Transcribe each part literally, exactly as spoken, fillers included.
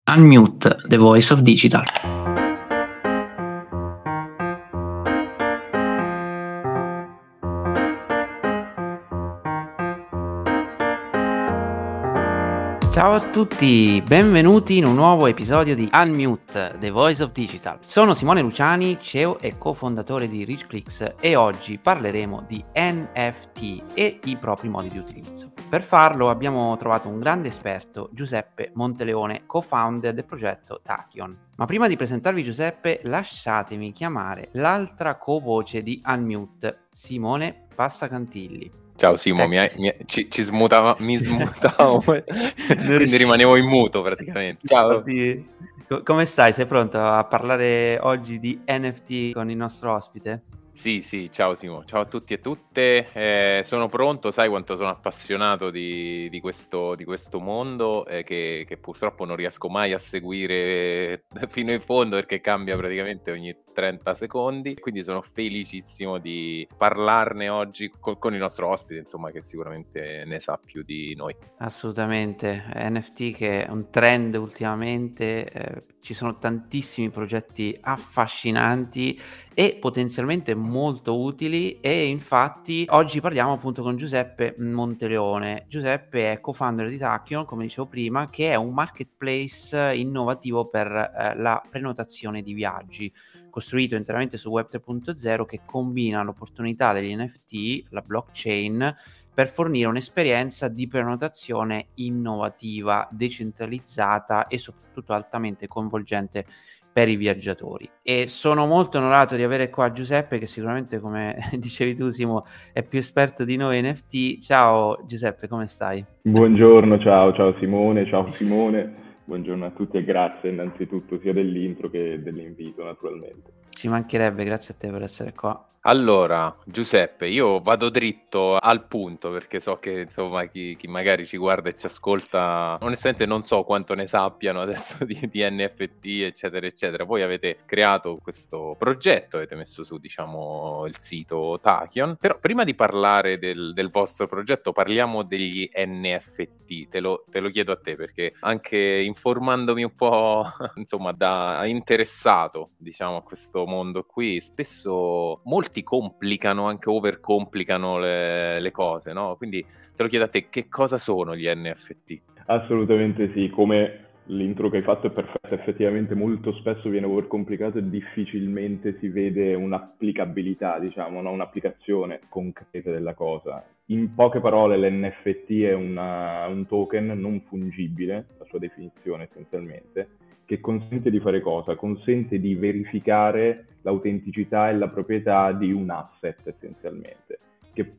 Unmute, the voice of digital. Ciao a tutti, benvenuti in un nuovo episodio di Unmute, the voice of digital. Sono Simone Luciani, C E O e cofondatore di RichClicks e oggi parleremo di N F T e i propri modi di utilizzo. Per farlo abbiamo trovato un grande esperto, Giuseppe Monteleone, co-founder del progetto Tachyon. Ma prima di presentarvi Giuseppe, lasciatemi chiamare l'altra co-voce di Unmute, Simone Passacantilli. Ciao Simo, mi hai, mi, ci, ci smutava, mi smutavo, quindi rimanevo in muto praticamente. Ciao. Infatti, co- come stai? Sei pronto a parlare oggi di N F T con il nostro ospite? Sì, sì, ciao Simo, ciao a tutti e tutte, eh, sono pronto, sai quanto sono appassionato di, di, questo, di questo mondo eh, che, che purtroppo non riesco mai a seguire fino in fondo perché cambia praticamente ogni trenta secondi, quindi sono felicissimo di parlarne oggi con, con il nostro ospite, insomma, che sicuramente ne sa più di noi. Assolutamente, N F T che è un trend ultimamente, eh, ci sono tantissimi progetti affascinanti e potenzialmente molto utili e infatti oggi parliamo appunto con Giuseppe Monteleone. Giuseppe è co-founder di Tachyon, come dicevo prima, che è un marketplace innovativo per eh, la prenotazione di viaggi, costruito interamente su Web tre punto zero che combina l'opportunità degli N F T, la blockchain, per fornire un'esperienza di prenotazione innovativa, decentralizzata e soprattutto altamente coinvolgente per i viaggiatori. E sono molto onorato di avere qua Giuseppe che sicuramente, come dicevi tu Simo, è più esperto di noi N F T. Ciao Giuseppe, come stai? Buongiorno, ciao, ciao Simone, ciao Simone, buongiorno a tutti e grazie innanzitutto sia dell'intro che dell'invito naturalmente. Ci mancherebbe, grazie a te per essere qua. Allora, Giuseppe, io vado dritto al punto perché so che insomma chi, chi magari ci guarda e ci ascolta, onestamente non so quanto ne sappiano adesso di, di N F T, eccetera, eccetera. Voi avete creato questo progetto, avete messo su, diciamo, il sito Tachyon, però prima di parlare del, del vostro progetto parliamo degli N F T, te lo, te lo chiedo a te perché anche informandomi un po', insomma, da interessato, diciamo, a questo mondo qui, spesso molti complicano, anche overcomplicano le, le cose, no? Quindi te lo chiedo a te, che cosa sono gli N F T? Assolutamente sì, come l'intro che hai fatto è perfetta, effettivamente molto spesso viene overcomplicato e difficilmente si vede un'applicabilità, diciamo, no? Un'applicazione concreta della cosa. In poche parole l'N F T è una, un token non fungibile, la sua definizione essenzialmente, che consente di fare cosa? Consente di verificare l'autenticità e la proprietà di un asset essenzialmente, che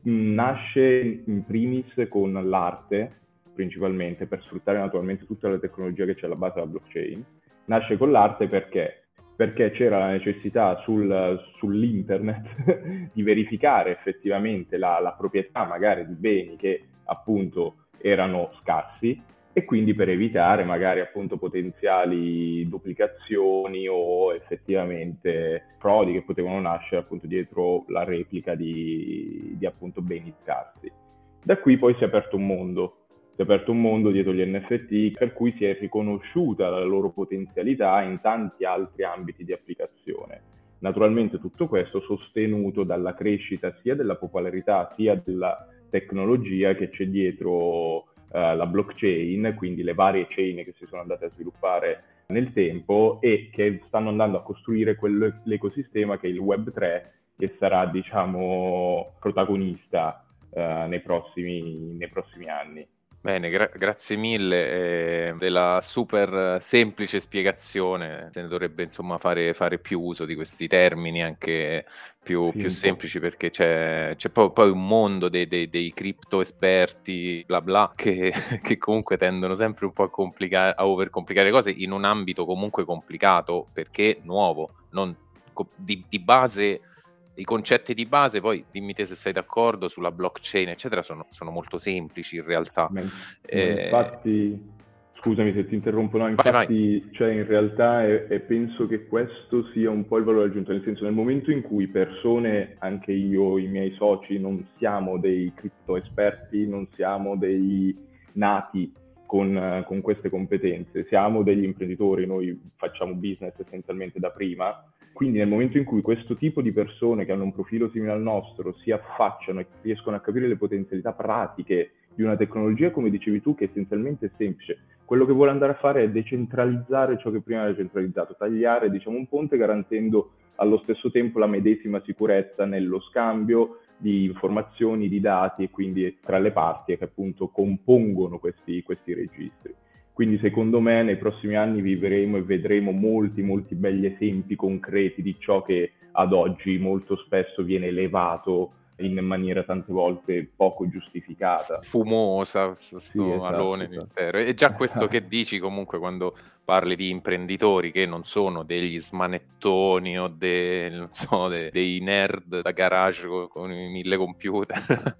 nasce in primis con l'arte, principalmente per sfruttare naturalmente tutta la tecnologia che c'è alla base della blockchain. Nasce con l'arte perché? Perché c'era la necessità sul, sull'internet di verificare effettivamente la, la proprietà magari di beni che appunto erano scarsi e quindi per evitare magari appunto potenziali duplicazioni o effettivamente frodi che potevano nascere appunto dietro la replica di, di appunto beni scarsi. Da qui poi si è aperto un mondo, si è aperto un mondo dietro gli N F T per cui si è riconosciuta la loro potenzialità in tanti altri ambiti di applicazione. Naturalmente tutto questo sostenuto dalla crescita sia della popolarità sia della tecnologia che c'è dietro Uh, la blockchain, quindi le varie chain che si sono andate a sviluppare nel tempo e che stanno andando a costruire quell'ecosistema che è il Web tre, che sarà, diciamo, protagonista uh, nei prossimi, nei prossimi anni. Bene, gra- grazie mille eh, della super semplice spiegazione. Se ne dovrebbe insomma fare, fare più uso di questi termini anche più, Sì, più un po'. semplici perché c'è, c'è poi, poi un mondo dei, dei, dei cripto esperti bla bla che, che comunque tendono sempre un po' a complicare, a overcomplicare le cose in un ambito comunque complicato perché nuovo, non co- di, di base. I concetti di base, poi dimmi te se sei d'accordo, sulla blockchain, eccetera, sono, sono molto semplici in realtà. Ma, eh... ma infatti, scusami se ti interrompo, no, vai, infatti, vai. cioè in realtà è, è penso che questo sia un po' il valore aggiunto, nel senso nel momento in cui persone, anche io, i miei soci, non siamo dei cripto esperti, non siamo dei nati con, con queste competenze. Siamo degli imprenditori, noi facciamo business essenzialmente da prima, quindi nel momento in cui questo tipo di persone che hanno un profilo simile al nostro si affacciano e riescono a capire le potenzialità pratiche di una tecnologia, come dicevi tu, che essenzialmente è semplice, quello che vuole andare a fare è decentralizzare ciò che prima era centralizzato, tagliare, diciamo, un ponte garantendo allo stesso tempo la medesima sicurezza nello scambio di informazioni, di dati e quindi tra le parti che appunto compongono questi, questi registri. Quindi secondo me nei prossimi anni vivremo e vedremo molti, molti belli esempi concreti di ciò che ad oggi molto spesso viene elevato in maniera tante volte poco giustificata. Fumosa, questo Sì, esatto, alone esatto. mistero. E già questo che dici comunque quando parli di imprenditori che non sono degli smanettoni o de, non so, de, dei nerd da garage con, con i mille computer,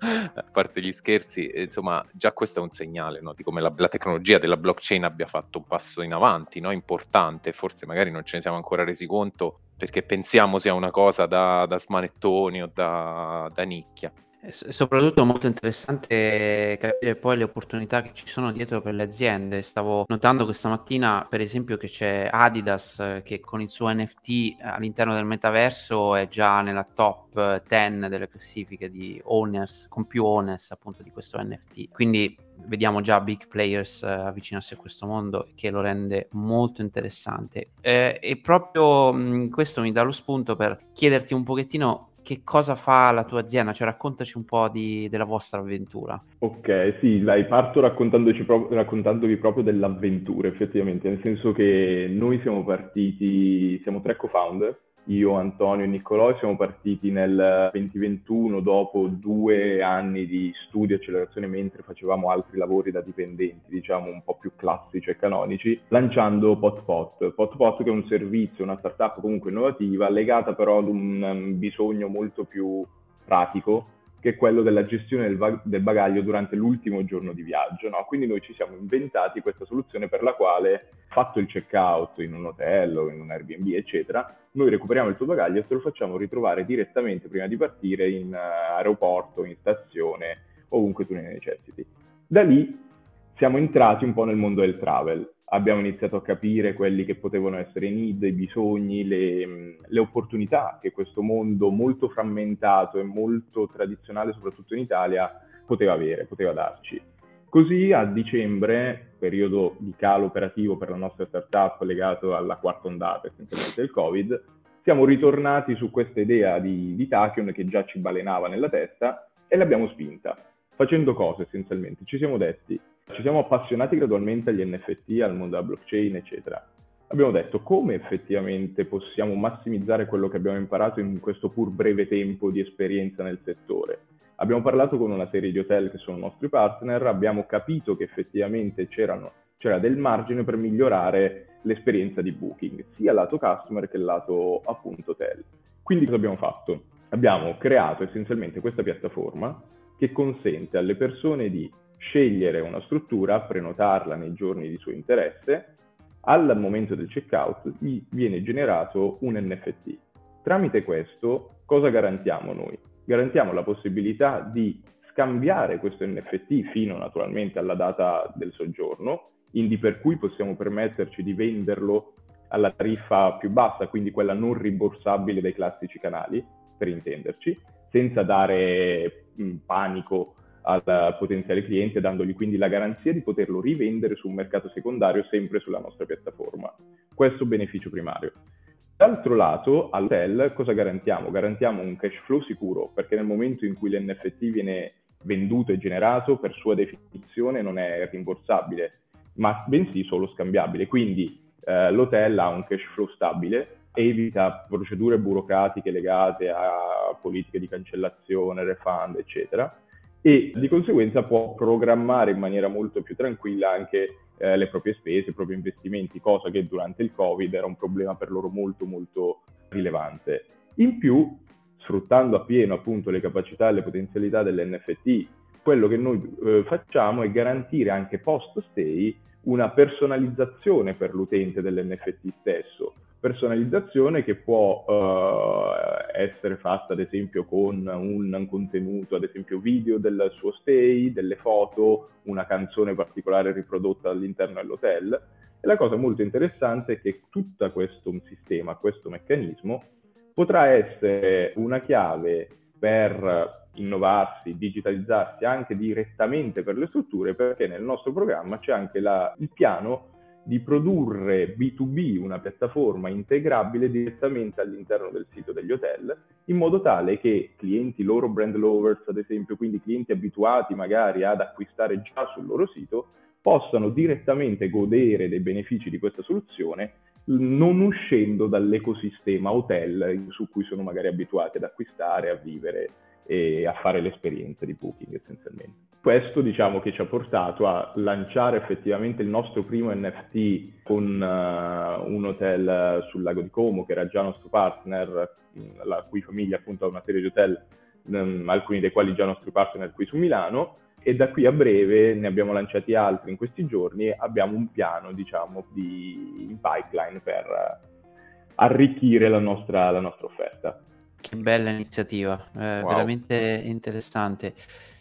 a parte gli scherzi, insomma già questo è un segnale, no? Di come la, la tecnologia della blockchain abbia fatto un passo in avanti, no? Importante, forse magari non ce ne siamo ancora resi conto perché pensiamo sia una cosa da, da smanettoni o da, da nicchia. E soprattutto molto interessante capire poi le opportunità che ci sono dietro per le aziende. Stavo notando questa mattina, per esempio, che c'è Adidas che con il suo N F T all'interno del metaverso è già nella top dieci delle classifiche di owners, con più owners appunto di questo N F T. Quindi vediamo già big players avvicinarsi a questo mondo, che lo rende molto interessante. Eh, e proprio mh, questo mi dà lo spunto per chiederti un pochettino che cosa fa la tua azienda, cioè raccontaci un po' di, della vostra avventura. Ok, sì, dai, parto raccontandoci pro- raccontandovi proprio dell'avventura, effettivamente, nel senso che noi siamo partiti, siamo tre co-founder, io, Antonio e Niccolò, siamo partiti nel duemilaventuno dopo due anni di studio e accelerazione mentre facevamo altri lavori da dipendenti, diciamo un po' più classici e canonici, lanciando PotPot. PotPot che è un servizio, una startup comunque innovativa, legata però ad un um, bisogno molto più pratico, che è quello della gestione del, va- del bagaglio durante l'ultimo giorno di viaggio, no? Quindi noi ci siamo inventati questa soluzione per la quale, fatto il checkout in un hotel o in un Airbnb, eccetera, noi recuperiamo il tuo bagaglio e te lo facciamo ritrovare direttamente prima di partire in uh, aeroporto, in stazione, ovunque tu ne necessiti. Da lì siamo entrati un po' nel mondo del travel. Abbiamo iniziato a capire quelli che potevano essere i need, i bisogni, le, le opportunità che questo mondo molto frammentato e molto tradizionale, soprattutto in Italia, poteva avere, poteva darci. Così a dicembre, periodo di calo operativo per la nostra startup legato alla quarta ondata essenzialmente del Covid, siamo ritornati su questa idea di, di Tachyon che già ci balenava nella testa e l'abbiamo spinta. Facendo cose essenzialmente, ci siamo detti, ci siamo appassionati gradualmente agli N F T, al mondo della blockchain, eccetera. Abbiamo detto come effettivamente possiamo massimizzare quello che abbiamo imparato in questo pur breve tempo di esperienza nel settore. Abbiamo parlato con una serie di hotel che sono nostri partner, abbiamo capito che effettivamente c'erano, c'era del margine per migliorare l'esperienza di booking, sia lato customer che lato appunto hotel. Quindi cosa abbiamo fatto? Abbiamo creato essenzialmente questa piattaforma che consente alle persone di scegliere una struttura, prenotarla nei giorni di suo interesse, al momento del checkout gli viene generato un N F T. Tramite questo cosa garantiamo noi? Garantiamo la possibilità di scambiare questo N F T fino naturalmente alla data del soggiorno, indi per cui possiamo permetterci di venderlo alla tariffa più bassa, quindi quella non rimborsabile dai classici canali, per intenderci, senza dare mh, panico al potenziale cliente, dandogli quindi la garanzia di poterlo rivendere su un mercato secondario sempre sulla nostra piattaforma. Questo beneficio primario. D'altro lato, all'hotel cosa garantiamo? Garantiamo un cash flow sicuro, perché nel momento in cui l'N F T viene venduto e generato, per sua definizione non è rimborsabile, ma bensì solo scambiabile. Quindi eh, l'hotel ha un cash flow stabile, evita procedure burocratiche legate a politiche di cancellazione, refund, eccetera, e di conseguenza può programmare in maniera molto più tranquilla anche eh, le proprie spese, i propri investimenti, cosa che durante il Covid era un problema per loro molto molto rilevante. In più, sfruttando appieno appunto le capacità e le potenzialità dell'N F T, quello che noi eh, facciamo è garantire anche post stay una personalizzazione per l'utente dell'N F T stesso, personalizzazione che può uh, essere fatta ad esempio con un contenuto, ad esempio video del suo stay, delle foto, una canzone particolare riprodotta all'interno dell'hotel. E la cosa molto interessante è che tutto questo sistema, questo meccanismo potrà essere una chiave per innovarsi, digitalizzarsi anche direttamente per le strutture, perché nel nostro programma c'è anche la, il piano di produrre B due B, una piattaforma integrabile direttamente all'interno del sito degli hotel, in modo tale che clienti loro brand lovers, ad esempio, quindi clienti abituati magari ad acquistare già sul loro sito, possano direttamente godere dei benefici di questa soluzione, non uscendo dall'ecosistema hotel su cui sono magari abituati ad acquistare, a vivere e a fare l'esperienza di Booking essenzialmente. Questo diciamo che ci ha portato a lanciare effettivamente il nostro primo N F T con uh, un hotel sul lago di Como che era già nostro partner, la cui famiglia appunto ha una serie di hotel, um, alcuni dei quali già nostri partner qui su Milano, e da qui a breve ne abbiamo lanciati altri in questi giorni e abbiamo un piano diciamo di in pipeline per uh, arricchire la nostra, la nostra offerta. Che bella iniziativa, eh, Wow. veramente interessante.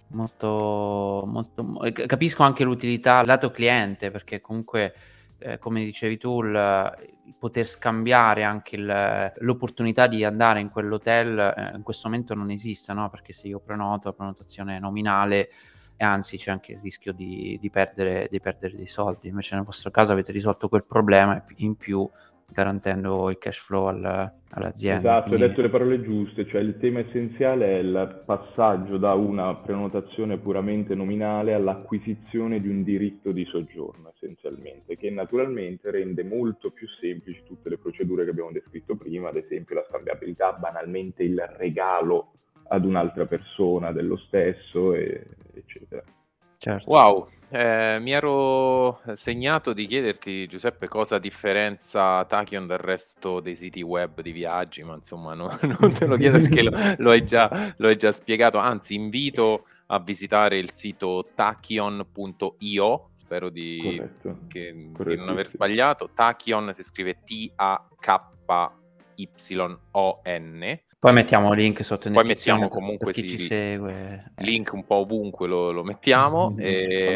Molto, molto, capisco anche l'utilità lato cliente, perché comunque eh, come dicevi tu il, il poter scambiare anche il, l'opportunità di andare in quell'hotel eh, in questo momento non esiste, no? Perché se io prenoto a prenotazione nominale e anzi c'è anche il rischio di, di, perdere, di perdere dei soldi. Invece nel vostro caso avete risolto quel problema e in più garantendo il cash flow al, all'azienda. Esatto, Quindi... hai detto le parole giuste, cioè il tema essenziale è il passaggio da una prenotazione puramente nominale all'acquisizione di un diritto di soggiorno essenzialmente, che naturalmente rende molto più semplici tutte le procedure che abbiamo descritto prima, ad esempio la scambiabilità, banalmente il regalo ad un'altra persona dello stesso, e, eccetera. Certo. Wow, eh, mi ero segnato di chiederti, Giuseppe, cosa differenzia Tachyon dal resto dei siti web di viaggi, ma insomma no, non te lo chiedo perché lo, lo, hai già, lo hai già spiegato, anzi invito a visitare il sito tachyon punto io, spero di, che, di non aver sbagliato. Tachyon si scrive T A K Y O N. Poi mettiamo link sotto in Poi descrizione mettiamo comunque per chi sì, ci segue. Link un po' ovunque lo, lo mettiamo. E,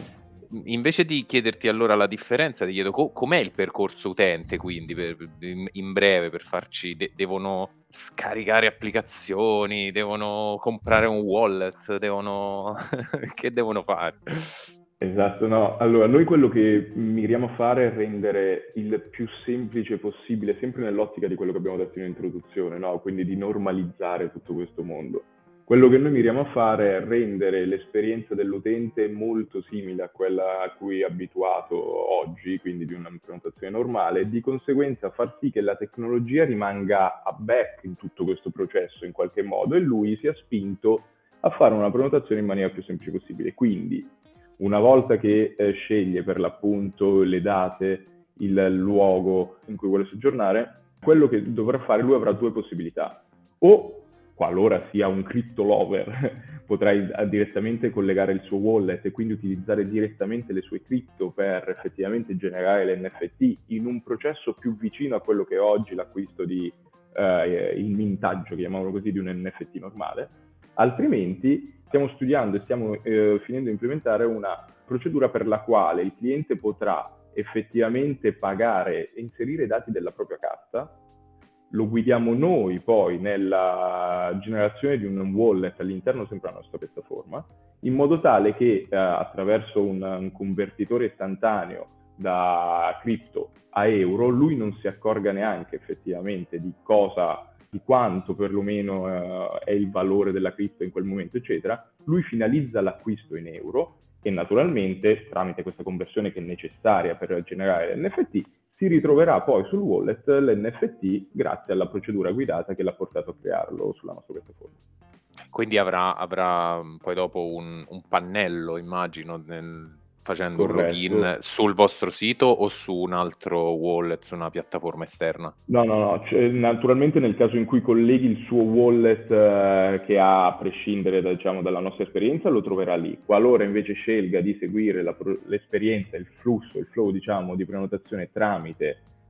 invece di chiederti allora la differenza, ti chiedo co- com'è il percorso utente, quindi per, in, in breve per farci, de- devono scaricare applicazioni, devono comprare un wallet, devono che devono fare? Esatto, no. Allora, noi quello che miriamo a fare è rendere il più semplice possibile, sempre nell'ottica di quello che abbiamo detto in introduzione, no? Quindi di normalizzare tutto questo mondo. Quello che noi miriamo a fare è rendere l'esperienza dell'utente molto simile a quella a cui è abituato oggi, quindi di una prenotazione normale, e di conseguenza far sì che la tecnologia rimanga a back in tutto questo processo in qualche modo e lui sia spinto a fare una prenotazione in maniera più semplice possibile. Quindi, una volta che eh, sceglie per l'appunto le date, il luogo in cui vuole soggiornare, quello che dovrà fare lui avrà due possibilità. O, qualora sia un crypto lover, potrà direttamente collegare il suo wallet e quindi utilizzare direttamente le sue cripto per effettivamente generare l'N F T in un processo più vicino a quello che è oggi l'acquisto di eh, il mintaggio, chiamiamolo così, di un N F T normale. Altrimenti stiamo studiando e stiamo eh, finendo di implementare una procedura per la quale il cliente potrà effettivamente pagare e inserire i dati della propria carta, lo guidiamo noi poi nella generazione di un wallet all'interno sempre della nostra piattaforma, in modo tale che eh, attraverso un, un convertitore istantaneo da cripto a euro, lui non si accorga neanche effettivamente di cosa, di quanto perlomeno eh, è il valore della cripto in quel momento, eccetera. Lui finalizza l'acquisto in euro e naturalmente, tramite questa conversione che è necessaria per generare l'N F T, si ritroverà poi sul wallet l'N F T grazie alla procedura guidata che l'ha portato a crearlo sulla nostra piattaforma. Quindi avrà, avrà poi dopo un, un pannello, immagino, nel, facendo Corretto. un login sul vostro sito o su un altro wallet, su una piattaforma esterna? No, no, no. Cioè, naturalmente nel caso in cui colleghi il suo wallet eh, che ha, a prescindere da, diciamo, dalla nostra esperienza, lo troverà lì. Qualora invece scelga di seguire la, l'esperienza, il flusso, il flow diciamo, di prenotazione tramite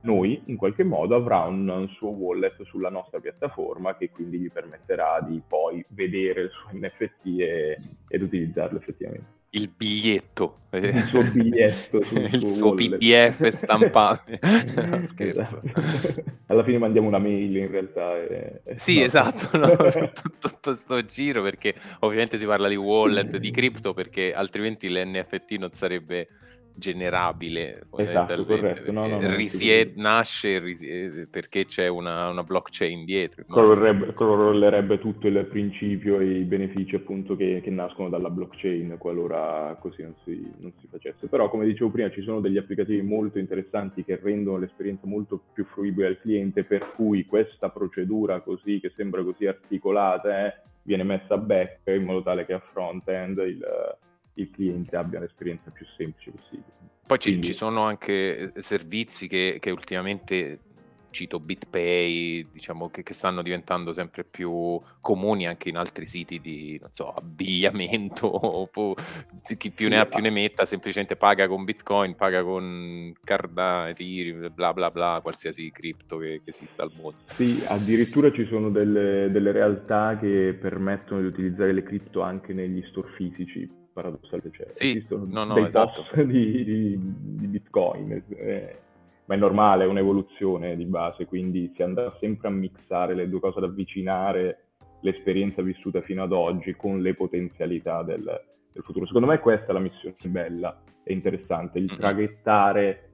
noi in qualche modo avrà un, un suo wallet sulla nostra piattaforma che quindi gli permetterà di poi vedere il suo N F T e, ed utilizzarlo effettivamente. Il biglietto, Il suo biglietto sul il suo, suo wallet. P D F stampato. No, scherzo. Esatto. Alla fine mandiamo una mail in realtà. E... Sì, no. esatto, no, tutto, tutto sto giro, perché ovviamente si parla di wallet, di cripto, perché altrimenti l'N F T non sarebbe generabile, Esatto, corretto. No, no, no, risiede, nasce risiede, perché c'è una, una blockchain dietro. Correllerebbe, correllerebbe tutto il principio e i benefici appunto che, che nascono dalla blockchain qualora così non si, non si facesse. Però come dicevo prima ci sono degli applicativi molto interessanti che rendono l'esperienza molto più fruibile al cliente, per cui questa procedura così che sembra così articolata eh, viene messa a back in modo tale che a front-end il, il cliente abbia l'esperienza più semplice possibile. Poi ci, Quindi... ci sono anche servizi che, che ultimamente, cito BitPay, diciamo che, che stanno diventando sempre più comuni anche in altri siti di, non so, abbigliamento, o chi più ne ha più ne metta, semplicemente paga con Bitcoin, paga con Cardano, Ethereum, bla bla bla, qualsiasi cripto che, che esista al mondo. Sì, addirittura ci sono delle, delle realtà che permettono di utilizzare le cripto anche negli store fisici. Paradossalmente, cioè, sì, esistono no, no, dei esatto. post di, di, di Bitcoin, eh, ma è normale, è un'evoluzione di base, quindi si andrà sempre a mixare le due cose, ad avvicinare l'esperienza vissuta fino ad oggi con le potenzialità del, del futuro. Secondo me questa è la missione bella e interessante, il mm-hmm. traghettare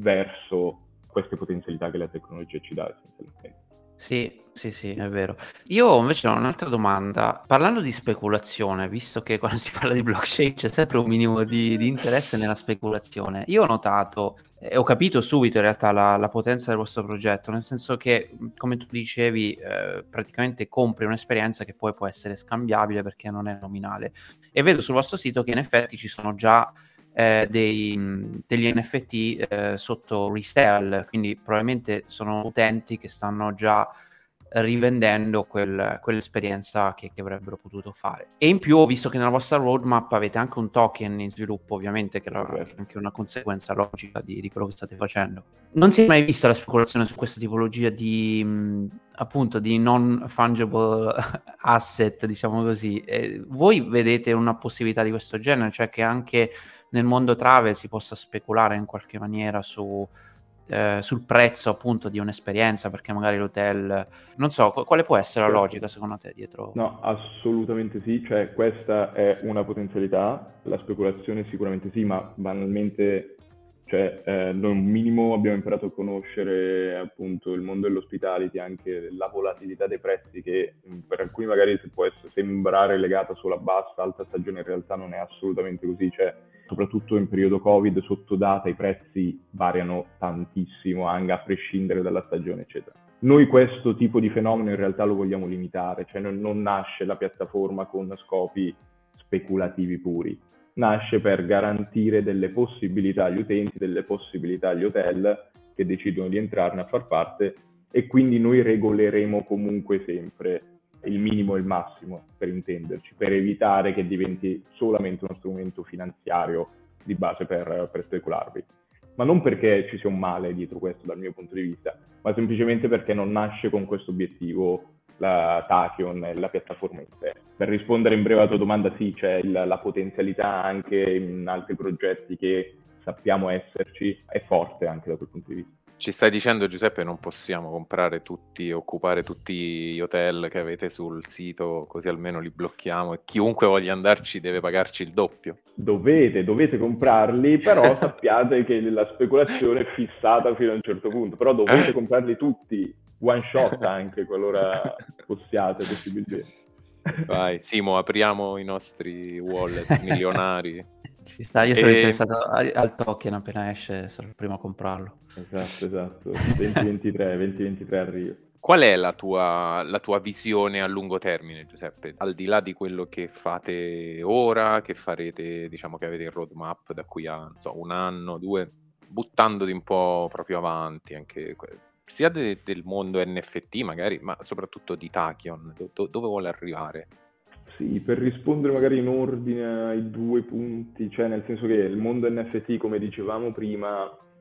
verso queste potenzialità che la tecnologia ci dà essenzialmente. Sì, sì, sì, è vero. Io invece ho un'altra domanda. Parlando di speculazione, visto che quando si parla di blockchain c'è sempre un minimo di, di interesse nella speculazione, io ho notato e ho capito subito in realtà la, la potenza del vostro progetto, nel senso che, come tu dicevi, eh, praticamente compri un'esperienza che poi può essere scambiabile perché non è nominale. E vedo sul vostro sito che in effetti ci sono già Eh, dei, degli N F T eh, sotto resell, quindi probabilmente sono utenti che stanno già rivendendo quel, quell'esperienza che, che avrebbero potuto fare. E in più ho visto che nella vostra roadmap avete anche un token in sviluppo, ovviamente, che, la, che è anche una conseguenza logica di, di quello che state facendo. Non si è mai vista la speculazione su questa tipologia di mh, appunto di non fungible asset, diciamo così. Eh, voi vedete una possibilità di questo genere, cioè che anche nel mondo travel si possa speculare in qualche maniera su, eh, sul prezzo appunto di un'esperienza, perché magari l'hotel, non so, quale può essere la logica secondo te dietro? No, assolutamente sì, cioè questa è una potenzialità, la speculazione sicuramente sì, ma banalmente, cioè eh, noi un minimo abbiamo imparato a conoscere appunto il mondo dell'hospitality, anche la volatilità dei prezzi che per alcuni magari può essere, sembrare legata solo a bassa, alta stagione, in realtà non è assolutamente così, cioè soprattutto in periodo Covid, sotto data, i prezzi variano tantissimo, anche a prescindere dalla stagione, eccetera. Noi questo tipo di fenomeno in realtà lo vogliamo limitare, cioè non, non nasce la piattaforma con scopi speculativi puri, nasce per garantire delle possibilità agli utenti, delle possibilità agli hotel che decidono di entrarne a far parte, e quindi noi regoleremo comunque sempre il minimo e il massimo, per intenderci, per evitare che diventi solamente uno strumento finanziario di base per, per specularvi. Ma non perché ci sia un male dietro questo dal mio punto di vista, ma semplicemente perché non nasce con questo obiettivo la Tachyon e la piattaforma in sé. Per rispondere in breve alla tua domanda, sì, c'è il, la potenzialità anche in altri progetti che sappiamo esserci, è forte anche da quel punto di vista. Ci stai dicendo, Giuseppe, non possiamo comprare tutti, occupare tutti gli hotel che avete sul sito, così almeno li blocchiamo e chiunque voglia andarci deve pagarci il doppio. Dovete, dovete comprarli, però sappiate che la speculazione è fissata fino a un certo punto, però dovete comprarli tutti, one shot anche, qualora possiate possibilmente. Vai, Simo, apriamo i nostri wallet milionari. Ci sta, io sono e... interessato al token appena esce, sarò il primo a comprarlo. Esatto, esatto, duemilaventitré arriva. Qual è la tua, la tua visione a lungo termine, Giuseppe? Al di là di quello che fate ora, che farete, diciamo che avete il roadmap da qui a, non so, un anno, due, buttandoti un po' proprio avanti, anche sia de, del mondo N F T magari, ma soprattutto di Tachyon, do, dove vuole arrivare? Sì, per rispondere magari in ordine ai due punti, cioè nel senso che il mondo N F T, come dicevamo prima,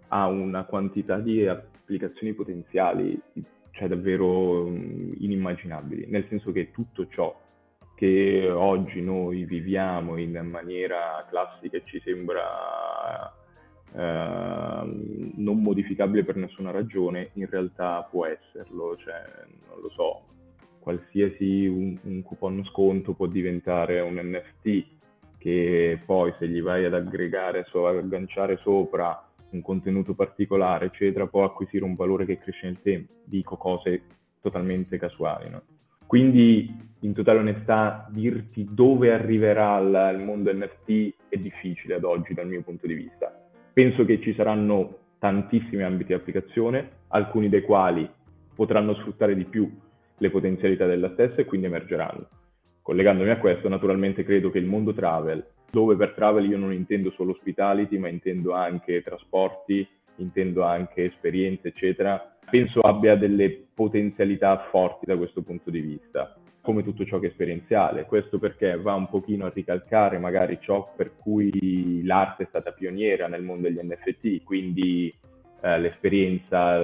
ha una quantità di applicazioni potenziali, cioè davvero inimmaginabili, nel senso che tutto ciò che oggi noi viviamo in maniera classica e ci sembra eh, non modificabile per nessuna ragione, in realtà può esserlo, cioè non lo so, qualsiasi un, un coupon sconto può diventare un N F T che poi se gli vai ad aggregare, so, agganciare sopra un contenuto particolare, eccetera, può acquisire un valore che cresce nel tempo. Dico cose totalmente casuali, no? Quindi, in totale onestà, dirti dove arriverà il mondo N F T è difficile ad oggi dal mio punto di vista. Penso che ci saranno tantissimi ambiti di applicazione, alcuni dei quali potranno sfruttare di più le potenzialità della stessa e quindi emergeranno. Collegandomi a questo, naturalmente credo che il mondo travel, dove per travel io non intendo solo hospitality, ma intendo anche trasporti, intendo anche esperienze, eccetera, penso abbia delle potenzialità forti da questo punto di vista, come tutto ciò che è esperienziale. Questo perché va un pochino a ricalcare magari ciò per cui l'arte è stata pioniera nel mondo degli N F T, quindi eh, l'esperienza,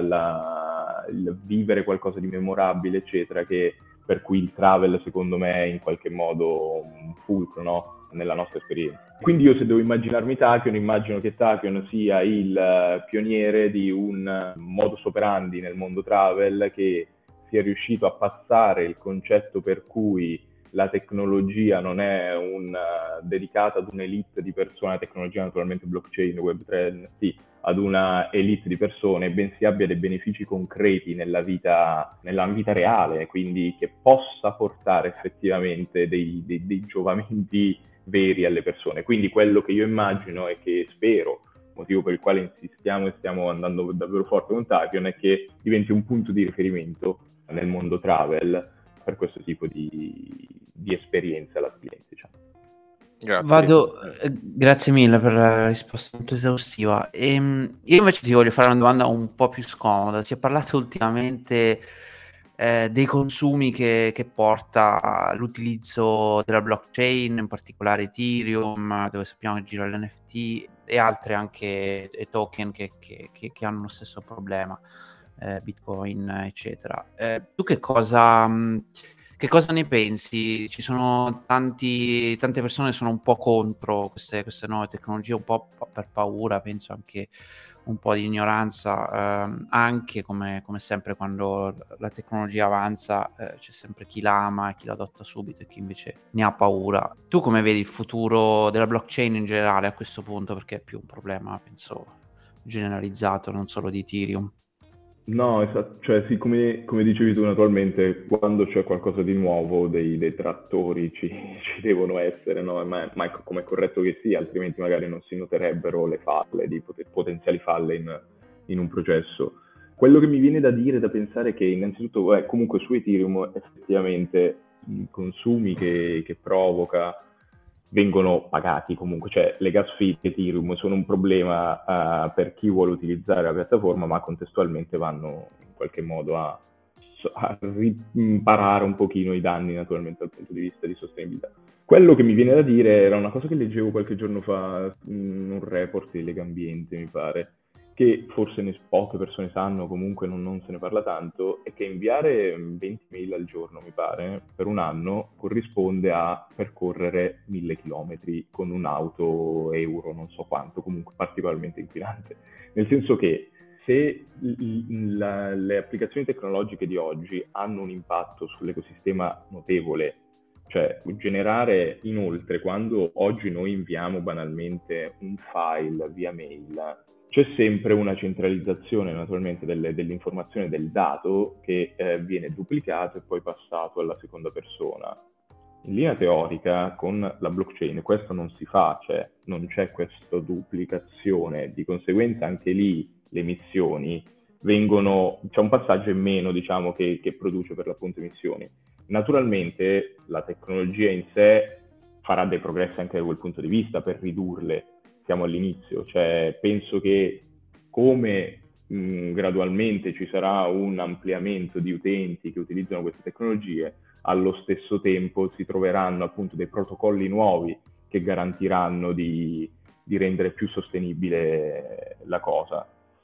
la, il vivere qualcosa di memorabile, eccetera, che per cui il travel secondo me è in qualche modo un fulcro, no? Nella nostra esperienza. Quindi io se devo immaginarmi Tachyon, immagino che Tachyon sia il uh, pioniere di un modus operandi nel mondo travel che sia riuscito a passare il concetto per cui la tecnologia non è un, uh, dedicata ad un'elite di persone, la tecnologia naturalmente blockchain, web tre, N F T, ad una elite di persone, bensì abbia dei benefici concreti nella vita, nella vita reale, quindi che possa portare effettivamente dei, dei, dei giovamenti veri alle persone. Quindi quello che io immagino e che spero, motivo per il quale insistiamo e stiamo andando davvero forte con Tachyon, è che diventi un punto di riferimento nel mondo travel per questo tipo di, di esperienza alla cliente, diciamo. Grazie. Vado, eh, grazie mille per la risposta molto esaustiva. Ehm, io invece ti voglio fare una domanda un po' più scomoda. Si è parlato ultimamente eh, dei consumi che, che porta l'utilizzo della blockchain, in particolare Ethereum, dove sappiamo che gira l'N F T, e altre anche e token che, che, che, che hanno lo stesso problema, eh, Bitcoin, eccetera. Eh, tu che cosa... Mh, Che cosa ne pensi? Ci sono tanti, tante persone che sono un po' contro queste, queste nuove tecnologie, un po' per paura, penso anche un po' di ignoranza, ehm, anche come, come sempre quando la tecnologia avanza eh, c'è sempre chi la ama e chi la adotta subito e chi invece ne ha paura. Tu come vedi il futuro della blockchain in generale a questo punto? Perché è più un problema, penso, generalizzato, non solo di Ethereum. No, esatto, cioè sì, come, come dicevi tu naturalmente, quando c'è qualcosa di nuovo, dei detrattori ci, ci devono essere, no? Ma, ma come è corretto che sia, altrimenti magari non si noterebbero le falle, di pot- potenziali falle in, in un processo. Quello che mi viene da dire, da pensare è che innanzitutto, eh, comunque su Ethereum effettivamente i consumi che, che provoca vengono pagati comunque, cioè le gas fee di Ethereum sono un problema uh, per chi vuole utilizzare la piattaforma, ma contestualmente vanno in qualche modo a, a riparare un pochino i danni naturalmente dal punto di vista di sostenibilità. Quello che mi viene da dire era una cosa che leggevo qualche giorno fa in un report di Legambiente, mi pare, che forse ne, poche persone sanno, comunque non, non se ne parla tanto, è che inviare venti mail al giorno, mi pare, per un anno corrisponde a percorrere mille chilometri con un'auto euro, non so quanto, comunque particolarmente inquinante. Nel senso che se l- la, le applicazioni tecnologiche di oggi hanno un impatto sull'ecosistema notevole, cioè generare inoltre, quando oggi noi inviamo banalmente un file via mail, c'è sempre una centralizzazione naturalmente delle, dell'informazione del dato che eh, viene duplicato e poi passato alla seconda persona. In linea teorica con la blockchain questo non si fa, cioè non c'è questa duplicazione, di conseguenza anche lì le emissioni vengono, c'è un passaggio in meno, diciamo, che, che produce per l'appunto emissioni. Naturalmente la tecnologia in sé farà dei progressi anche da quel punto di vista per ridurle. Siamo all'inizio, cioè penso che come mh, gradualmente ci sarà un ampliamento di utenti che utilizzano queste tecnologie, allo stesso tempo si troveranno appunto dei protocolli nuovi che garantiranno di, di rendere più sostenibile la cosa.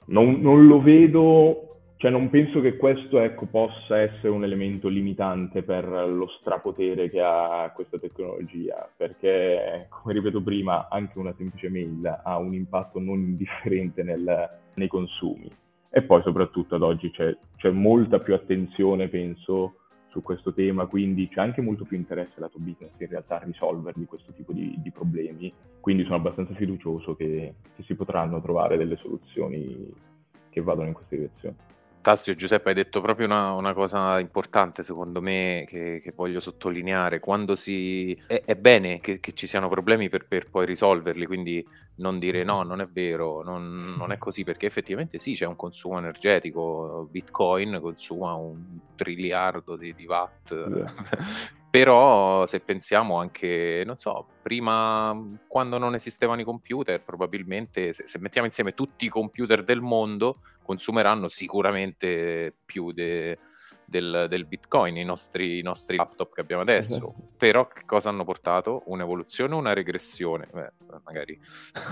non, non lo vedo. Cioè non penso che questo, ecco, possa essere un elemento limitante per lo strapotere che ha questa tecnologia, perché, come ripeto prima, anche una semplice mail ha un impatto non indifferente nel, nei consumi. E poi soprattutto ad oggi c'è, c'è molta più attenzione, penso, su questo tema, quindi c'è anche molto più interesse lato business in realtà a risolverli questo tipo di, di problemi, quindi sono abbastanza fiducioso che, che si potranno trovare delle soluzioni che vadano in questa direzione. Tassio, Giuseppe, hai detto proprio una, una cosa importante, secondo me, che, che voglio sottolineare. Quando si... È, è bene che, che ci siano problemi per, per poi risolverli, quindi non dire no, non è vero, non, non è così, perché effettivamente sì, c'è un consumo energetico. Bitcoin consuma un triliardo di, di watt. Esatto. Però se pensiamo anche, non so, prima quando non esistevano i computer, probabilmente se, se mettiamo insieme tutti i computer del mondo, consumeranno sicuramente più de, del, del Bitcoin, i nostri, i nostri laptop che abbiamo adesso. Esatto. Però che cosa hanno portato? Un'evoluzione o una regressione? Beh, magari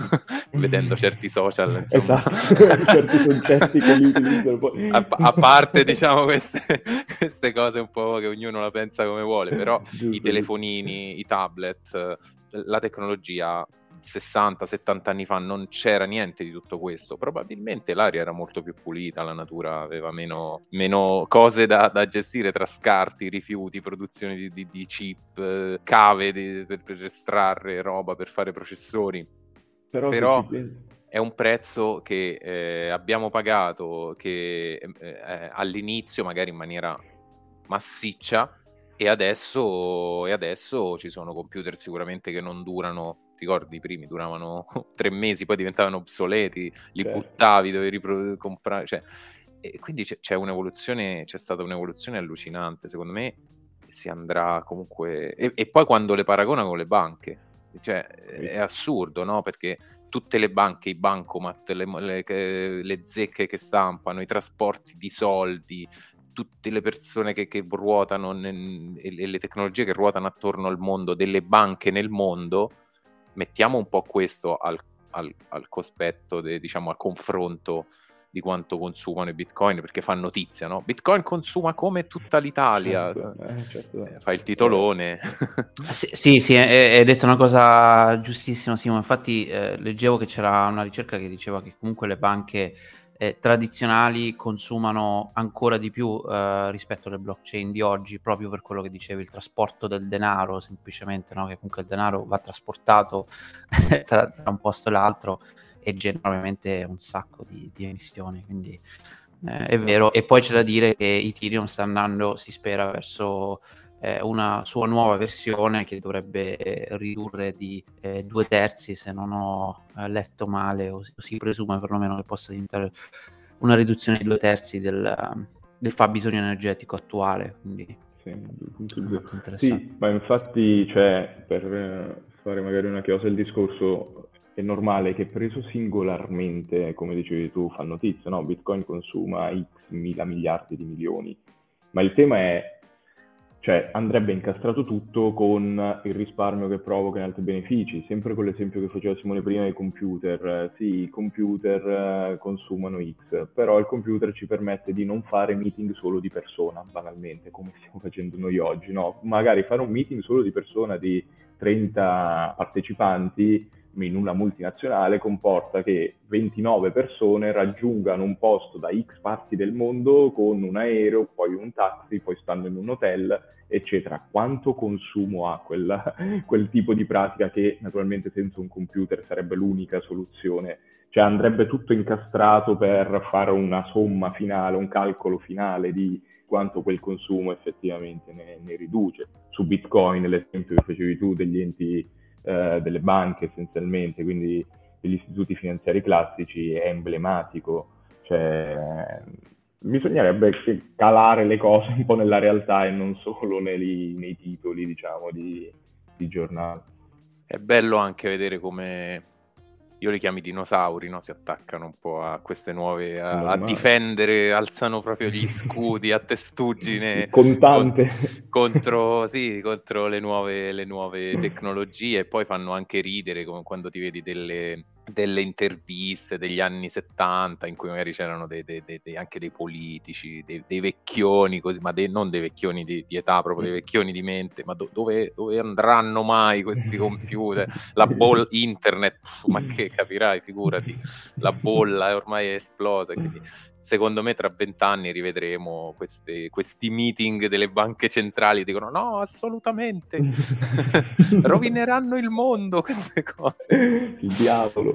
vedendo certi social, insomma. Esatto, certi concetti che li utilizzano poi. A, a parte, diciamo, queste, queste cose un po' che ognuno la pensa come vuole, però Giusto, i telefonini, i tablet, la tecnologia sessanta settanta anni fa non c'era niente di tutto questo. Probabilmente l'aria era molto più pulita, la natura aveva meno, meno cose da, da gestire tra scarti, rifiuti, produzione di, di, di chip, cave di, per, per estrarre roba, per fare processori. Però, Però se ci pensi... è un prezzo che eh, abbiamo pagato che eh, all'inizio magari in maniera massiccia e adesso, e adesso ci sono computer sicuramente che non durano. Ti ricordi, i primi duravano tre mesi, poi diventavano obsoleti, li Certo. buttavi, dovevi ripro- comprare, cioè, e quindi c'è, c'è un'evoluzione, c'è stata un'evoluzione allucinante, secondo me si andrà comunque, e, e poi quando le paragona con le banche, cioè è assurdo, no? Perché tutte le banche, i bancomat, le, le, le zecche che stampano, i trasporti di soldi, tutte le persone che, che ruotano nel, e le tecnologie che ruotano attorno al mondo, delle banche nel mondo, mettiamo un po' questo al, al, al cospetto, de, diciamo al confronto di quanto consumano i Bitcoin, perché fa notizia, no? Bitcoin consuma come tutta l'Italia. Certo, eh, certo. Eh, fa il titolone. Sì, sì, sì, hai detto una cosa giustissima, Simo. Infatti eh, leggevo che c'era una ricerca che diceva che comunque le banche eh, tradizionali consumano ancora di più eh, rispetto alle blockchain di oggi, proprio per quello che dicevi, il trasporto del denaro, semplicemente, no? Che comunque il denaro va trasportato tra, tra un posto e l'altro e genera ovviamente un sacco di, di emissioni, quindi eh, è vero. E poi c'è da dire che Ethereum sta andando, si spera, verso eh, una sua nuova versione che dovrebbe eh, ridurre di eh, due terzi, se non ho eh, letto male, o, o si presume perlomeno che possa diventare una riduzione di due terzi del, del fabbisogno energetico attuale, quindi sì, molto interessante. Sì, ma infatti, cioè, per fare magari una chiosa il discorso, è normale che preso singolarmente, come dicevi tu, fa notizia, no? Bitcoin consuma X mila miliardi di milioni, ma il tema è, cioè, andrebbe incastrato tutto con il risparmio che provoca in altri benefici, sempre con l'esempio che faceva Simone prima dei computer. Sì, i computer consumano X, però il computer ci permette di non fare meeting solo di persona, banalmente, come stiamo facendo noi oggi, no? Magari fare un meeting solo di persona di trenta partecipanti in una multinazionale comporta che ventinove persone raggiungano un posto da X parti del mondo con un aereo, poi un taxi, poi stanno in un hotel, eccetera. Quanto consumo ha quella, quel tipo di pratica che naturalmente senza un computer sarebbe l'unica soluzione? Cioè andrebbe tutto incastrato per fare una somma finale, un calcolo finale di quanto quel consumo effettivamente ne, ne riduce. Su Bitcoin, l'esempio che facevi tu degli enti eh, delle banche essenzialmente, quindi degli istituti finanziari classici, è emblematico. Cioè, bisognerebbe calare le cose un po' nella realtà e non solo nei, nei titoli, diciamo, di, di giornale. È bello anche vedere come, io li chiamo i dinosauri, no? Si attaccano un po' a queste nuove, a, a difendere, alzano proprio gli scudi a testuggine contante con, contro, sì, contro le nuove, le nuove tecnologie, e poi fanno anche ridere come quando ti vedi delle, delle interviste degli anni settanta in cui magari c'erano dei, dei, dei, dei, anche dei politici, dei, dei vecchioni così, ma dei, non dei vecchioni di, di età, proprio dei vecchioni di mente, ma do, dove, dove andranno mai questi computer, la bolla internet, ma che capirai, figurati, la bolla è ormai esplosa, quindi secondo me tra vent'anni rivedremo queste, questi meeting delle banche centrali, dicono no, assolutamente, rovineranno il mondo queste cose. Il diavolo.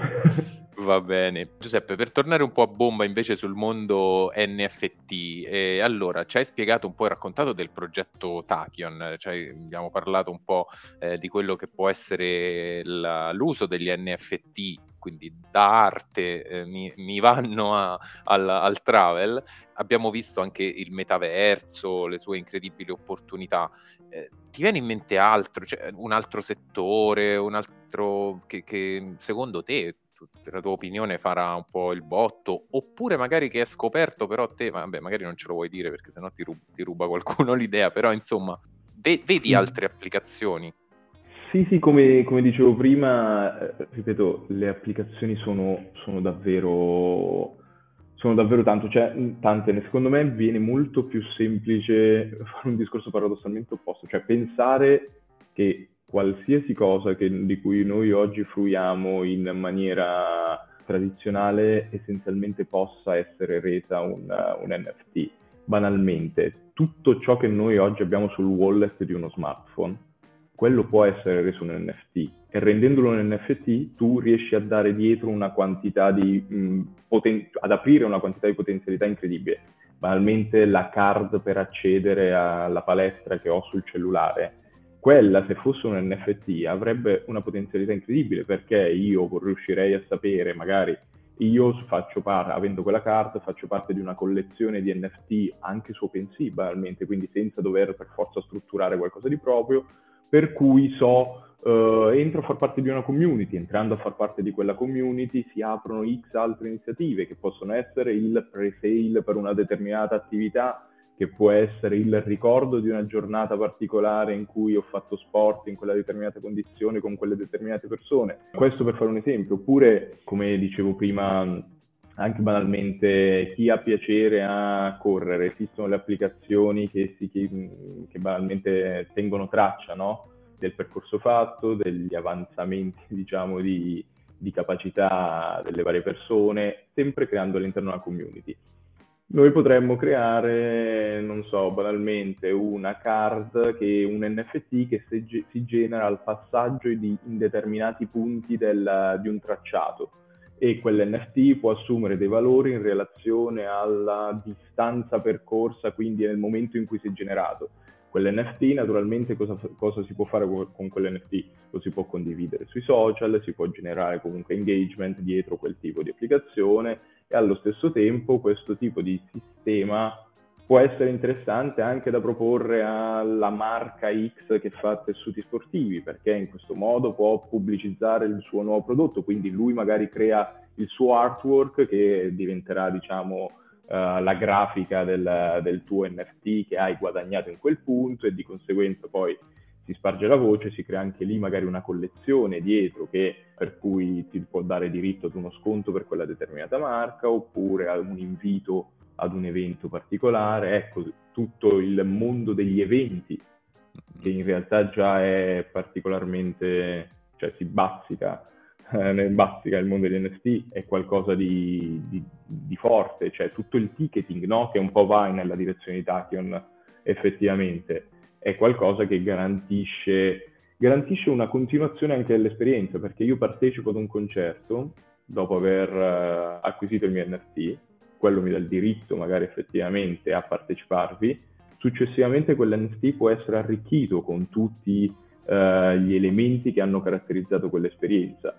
Va bene. Giuseppe, per tornare un po' a bomba invece sul mondo N F T, eh, allora ci hai spiegato un po' e raccontato del progetto Tachyon, cioè, abbiamo parlato un po' eh, di quello che può essere la, l'uso degli N F T, quindi da arte eh, mi, mi vanno a, al, al travel, abbiamo visto anche il metaverso, le sue incredibili opportunità. Eh, ti viene in mente altro, cioè, un altro settore, un altro che, che secondo te, per la tua opinione, farà un po' il botto, oppure magari che è scoperto però te, vabbè, magari non ce lo vuoi dire perché sennò ti, rub- ti ruba qualcuno l'idea, però insomma ve- vedi altre applicazioni? Sì, sì, come, come dicevo prima, eh, ripeto, le applicazioni sono, sono davvero, sono davvero tanto, cioè, mh, tante. Secondo me viene molto più semplice fare un discorso paradossalmente opposto, cioè pensare che qualsiasi cosa che- di cui noi oggi fruiamo in maniera tradizionale essenzialmente possa essere resa un, un N F T. Banalmente, tutto ciò che noi oggi abbiamo sul wallet di uno smartphone, quello può essere reso un N F T, e rendendolo un N F T tu riesci a dare dietro una quantità di mh, poten- ad aprire una quantità di potenzialità incredibile. Banalmente la card per accedere alla palestra che ho sul cellulare, quella, se fosse un N F T, avrebbe una potenzialità incredibile, perché io riuscirei a sapere, magari io faccio parte, avendo quella carta, faccio parte di una collezione di N F T anche su OpenSea, banalmente, quindi senza dover per forza strutturare qualcosa di proprio, per cui so, eh, entro a far parte di una community, entrando a far parte di quella community si aprono X altre iniziative, che possono essere il pre-sale per una determinata attività, che può essere il ricordo di una giornata particolare in cui ho fatto sport in quella determinata condizione con quelle determinate persone. Questo per fare un esempio. Oppure, come dicevo prima, anche banalmente, chi ha piacere a correre, esistono le applicazioni che, si, che, che banalmente tengono traccia, no? Del percorso fatto, degli avanzamenti, diciamo, di, di capacità delle varie persone, sempre creando all'interno una community. Noi potremmo creare, non so, banalmente una card, che un N F T che si, si genera al passaggio di, in determinati punti del, di un tracciato, e quell'N F T può assumere dei valori in relazione alla distanza percorsa, quindi nel momento in cui si è generato. Quell'N F T naturalmente cosa, cosa si può fare con quell'N F T? Lo si può condividere sui social, si può generare comunque engagement dietro quel tipo di applicazione, e allo stesso tempo questo tipo di sistema può essere interessante anche da proporre alla marca X che fa tessuti sportivi, perché in questo modo può pubblicizzare il suo nuovo prodotto, quindi lui magari crea il suo artwork che diventerà, diciamo, uh, la grafica del, del tuo N F T che hai guadagnato in quel punto, e di conseguenza poi si sparge la voce, si crea anche lì magari una collezione dietro, che, per cui ti può dare diritto ad uno sconto per quella determinata marca, oppure a un invito ad un evento particolare. Ecco, tutto il mondo degli eventi, che in realtà già è particolarmente, cioè si bazzica, eh, bazzica il mondo degli N F T, è qualcosa di, di, di forte, cioè tutto il ticketing, no? Che un po' va nella direzione di Tachyon, effettivamente è qualcosa che garantisce, garantisce una continuazione anche dell'esperienza, perché io partecipo ad un concerto dopo aver uh, acquisito il mio N F T, quello mi dà il diritto magari effettivamente a parteciparvi, successivamente quell'N F T può essere arricchito con tutti uh, gli elementi che hanno caratterizzato quell'esperienza.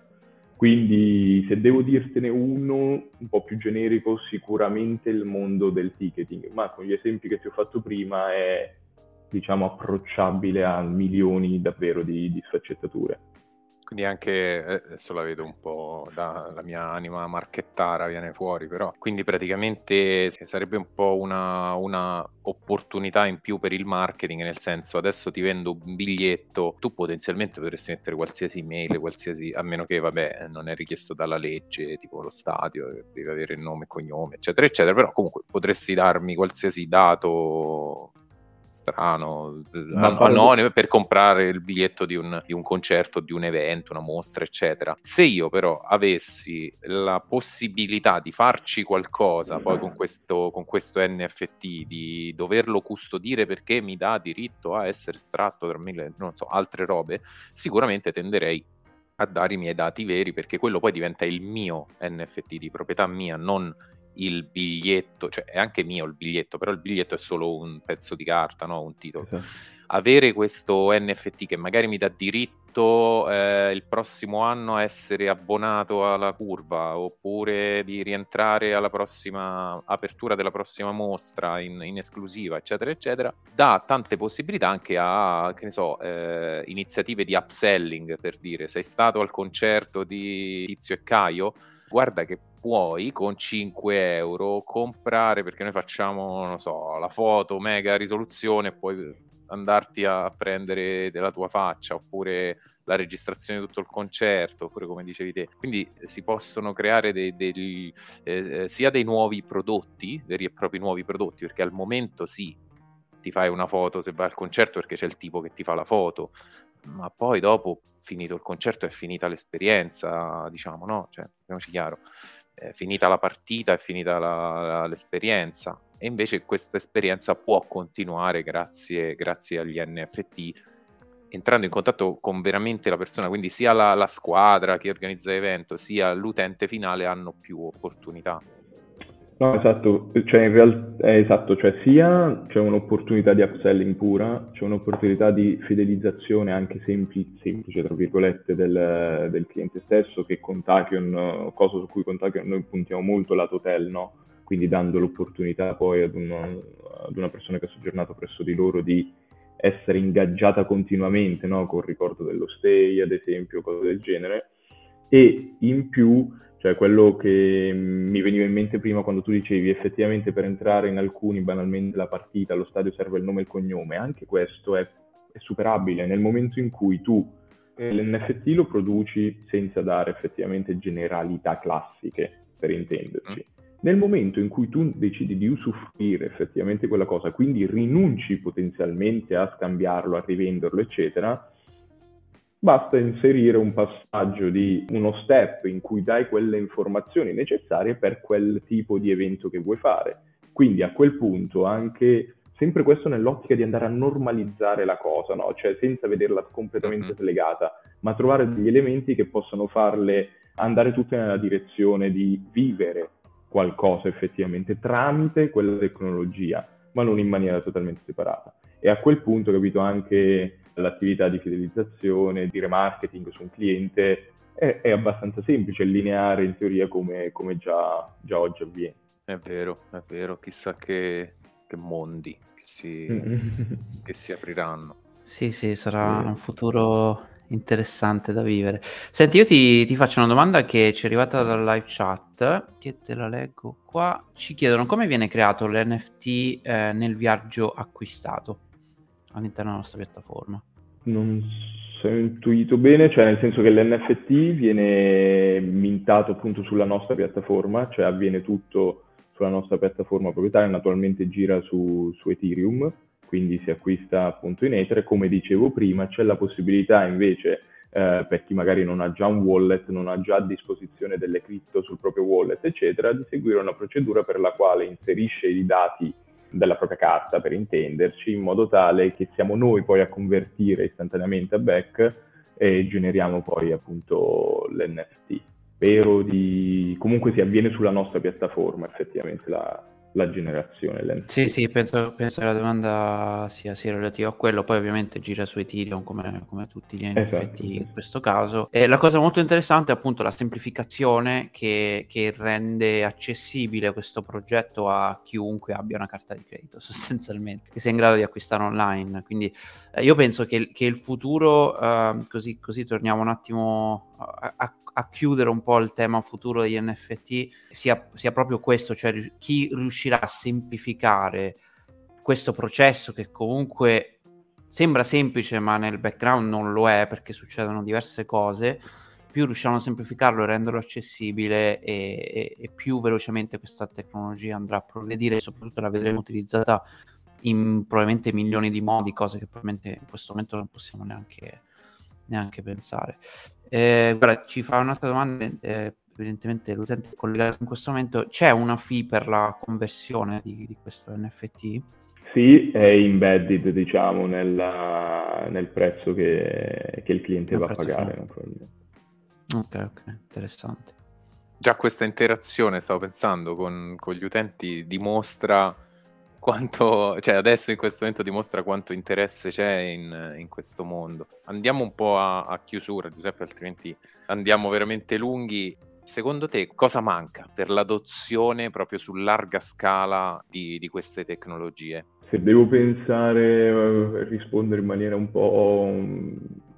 Quindi, se devo dirtene uno un po' più generico, sicuramente il mondo del ticketing, ma con gli esempi che ti ho fatto prima è, diciamo, approcciabile a milioni davvero di, di sfaccettature. Quindi anche, eh, adesso la vedo un po', da, la mia anima marchettara viene fuori, però quindi praticamente sarebbe un po' una, una opportunità in più per il marketing, nel senso adesso ti vendo un biglietto, tu potenzialmente potresti mettere qualsiasi email, qualsiasi, a meno che vabbè non è richiesto dalla legge, tipo lo stadio, devi avere il nome e cognome, eccetera, eccetera, però comunque potresti darmi qualsiasi dato strano, an- anonimo, per comprare il biglietto di un, di un concerto, di un evento, una mostra, eccetera. Se io però avessi la possibilità di farci qualcosa poi con questo, con questo N F T, di doverlo custodire perché mi dà diritto a essere estratto tra mille, non so, altre robe, sicuramente tenderei a dare i miei dati veri, perché quello poi diventa il mio N F T di proprietà mia, non il biglietto, cioè è anche mio il biglietto, però il biglietto è solo un pezzo di carta, no? Un titolo. Esatto. Avere questo N F T che magari mi dà diritto eh, il prossimo anno a essere abbonato alla curva, oppure di rientrare alla prossima apertura della prossima mostra in, in esclusiva, eccetera, eccetera, dà tante possibilità anche a, che ne so, eh, iniziative di upselling, per dire, sei stato al concerto di Tizio e Caio, guarda che puoi con cinque euro comprare, perché noi facciamo, non so, la foto mega risoluzione e puoi andarti a prendere della tua faccia, oppure la registrazione di tutto il concerto, oppure come dicevi te. Quindi si possono creare dei, dei, eh, sia dei nuovi prodotti, veri e propri nuovi prodotti, perché al momento sì, ti fai una foto se vai al concerto perché c'è il tipo che ti fa la foto, ma poi dopo, finito il concerto, è finita l'esperienza, diciamo, no? Cioè, parliamoci chiaro, è finita la partita, è finita la, la, l'esperienza, e invece questa esperienza può continuare grazie, grazie agli N F T, entrando in contatto con veramente la persona, quindi sia la, la squadra che organizza l'evento, sia l'utente finale hanno più opportunità. No, esatto, cioè in realtà è esatto, cioè sia c'è un'opportunità di upselling pura, c'è un'opportunità di fidelizzazione anche sempli- semplice, tra virgolette, del, del cliente stesso, che con Tachyon, cosa su cui con Tachyon noi puntiamo molto lato hotel, no? Quindi dando l'opportunità poi ad una, ad una persona che ha soggiornato presso di loro di essere ingaggiata continuamente, no? Col ricordo dello stay, ad esempio, cose del genere, e in più, cioè quello che mi veniva in mente prima quando tu dicevi effettivamente per entrare in alcuni, banalmente la partita, allo stadio serve il nome e il cognome, anche questo è, è superabile nel momento in cui tu l'N F T lo produci senza dare effettivamente generalità classiche, per intenderci. Nel momento in cui tu decidi di usufruire effettivamente quella cosa, quindi rinunci potenzialmente a scambiarlo, a rivenderlo, eccetera, basta inserire un passaggio di uno step in cui dai quelle informazioni necessarie per quel tipo di evento che vuoi fare. Quindi a quel punto anche, sempre questo nell'ottica di andare a normalizzare la cosa, no? Cioè senza vederla completamente uh-huh. slegata, ma trovare degli elementi che possano farle andare tutte nella direzione di vivere qualcosa effettivamente tramite quella tecnologia, ma non in maniera totalmente separata. E a quel punto, capito, anche l'attività di fidelizzazione, di remarketing su un cliente è, è abbastanza semplice, è lineare in teoria come, come già, già oggi avviene. È vero, è vero, chissà che, che mondi che si, che si apriranno. Sì, sì, sarà sì. un futuro interessante da vivere. Senti, io ti, ti faccio una domanda che ci è arrivata dalla live chat, che te la leggo qua. Ci chiedono come viene creato l'N F T eh, nel viaggio acquistato all'interno della nostra piattaforma. Non so, ho intuito bene, cioè nel senso che l'N F T viene mintato appunto sulla nostra piattaforma, cioè avviene tutto sulla nostra piattaforma proprietaria, naturalmente gira su, su Ethereum, quindi si acquista appunto in Ether. Come dicevo prima, c'è la possibilità invece eh, per chi magari non ha già un wallet, non ha già a disposizione delle cripto sul proprio wallet, eccetera, di seguire una procedura per la quale inserisce i dati della propria carta, per intenderci, in modo tale che siamo noi poi a convertire istantaneamente a back e generiamo poi appunto l'N F T. Spero di... comunque si avviene sulla nostra piattaforma effettivamente la, la generazione dell'N F T. Sì, sì, penso, penso che la domanda sia, sia relativa a quello, poi ovviamente gira su Ethereum come, come tutti gli N F T Esatto, sì, in sì. questo caso. E la cosa molto interessante è appunto la semplificazione che, che rende accessibile questo progetto a chiunque abbia una carta di credito, sostanzialmente, che sia in grado di acquistare online. Quindi eh, io penso che, che il futuro, eh, così, così torniamo un attimo a, a a chiudere un po' il tema futuro degli N F T sia, sia proprio questo, cioè ri- chi riuscirà a semplificare questo processo che comunque sembra semplice ma nel background non lo è perché succedono diverse cose, più riusciranno a semplificarlo e renderlo accessibile e, e, e più velocemente questa tecnologia andrà a progredire e soprattutto la vedremo utilizzata in probabilmente milioni di modi, cose che probabilmente in questo momento non possiamo neanche, neanche pensare. Eh, guarda, ci fa un'altra domanda, eh, evidentemente l'utente è collegato in questo momento, c'è una fee per la conversione di, di questo N F T? Sì, è embedded, diciamo, nella- nel prezzo che, che il cliente Nel va a prezzo pagare, finale. naturalmente. Ok, ok, interessante. Già questa interazione, stavo pensando, con, con gli utenti dimostra quanto, cioè adesso in questo momento dimostra quanto interesse c'è in, in questo mondo. Andiamo un po' a, a chiusura, Giuseppe, altrimenti andiamo veramente lunghi. Secondo te cosa manca per l'adozione proprio su larga scala di, di queste tecnologie? Se devo pensare, eh, rispondere in maniera un po' mm,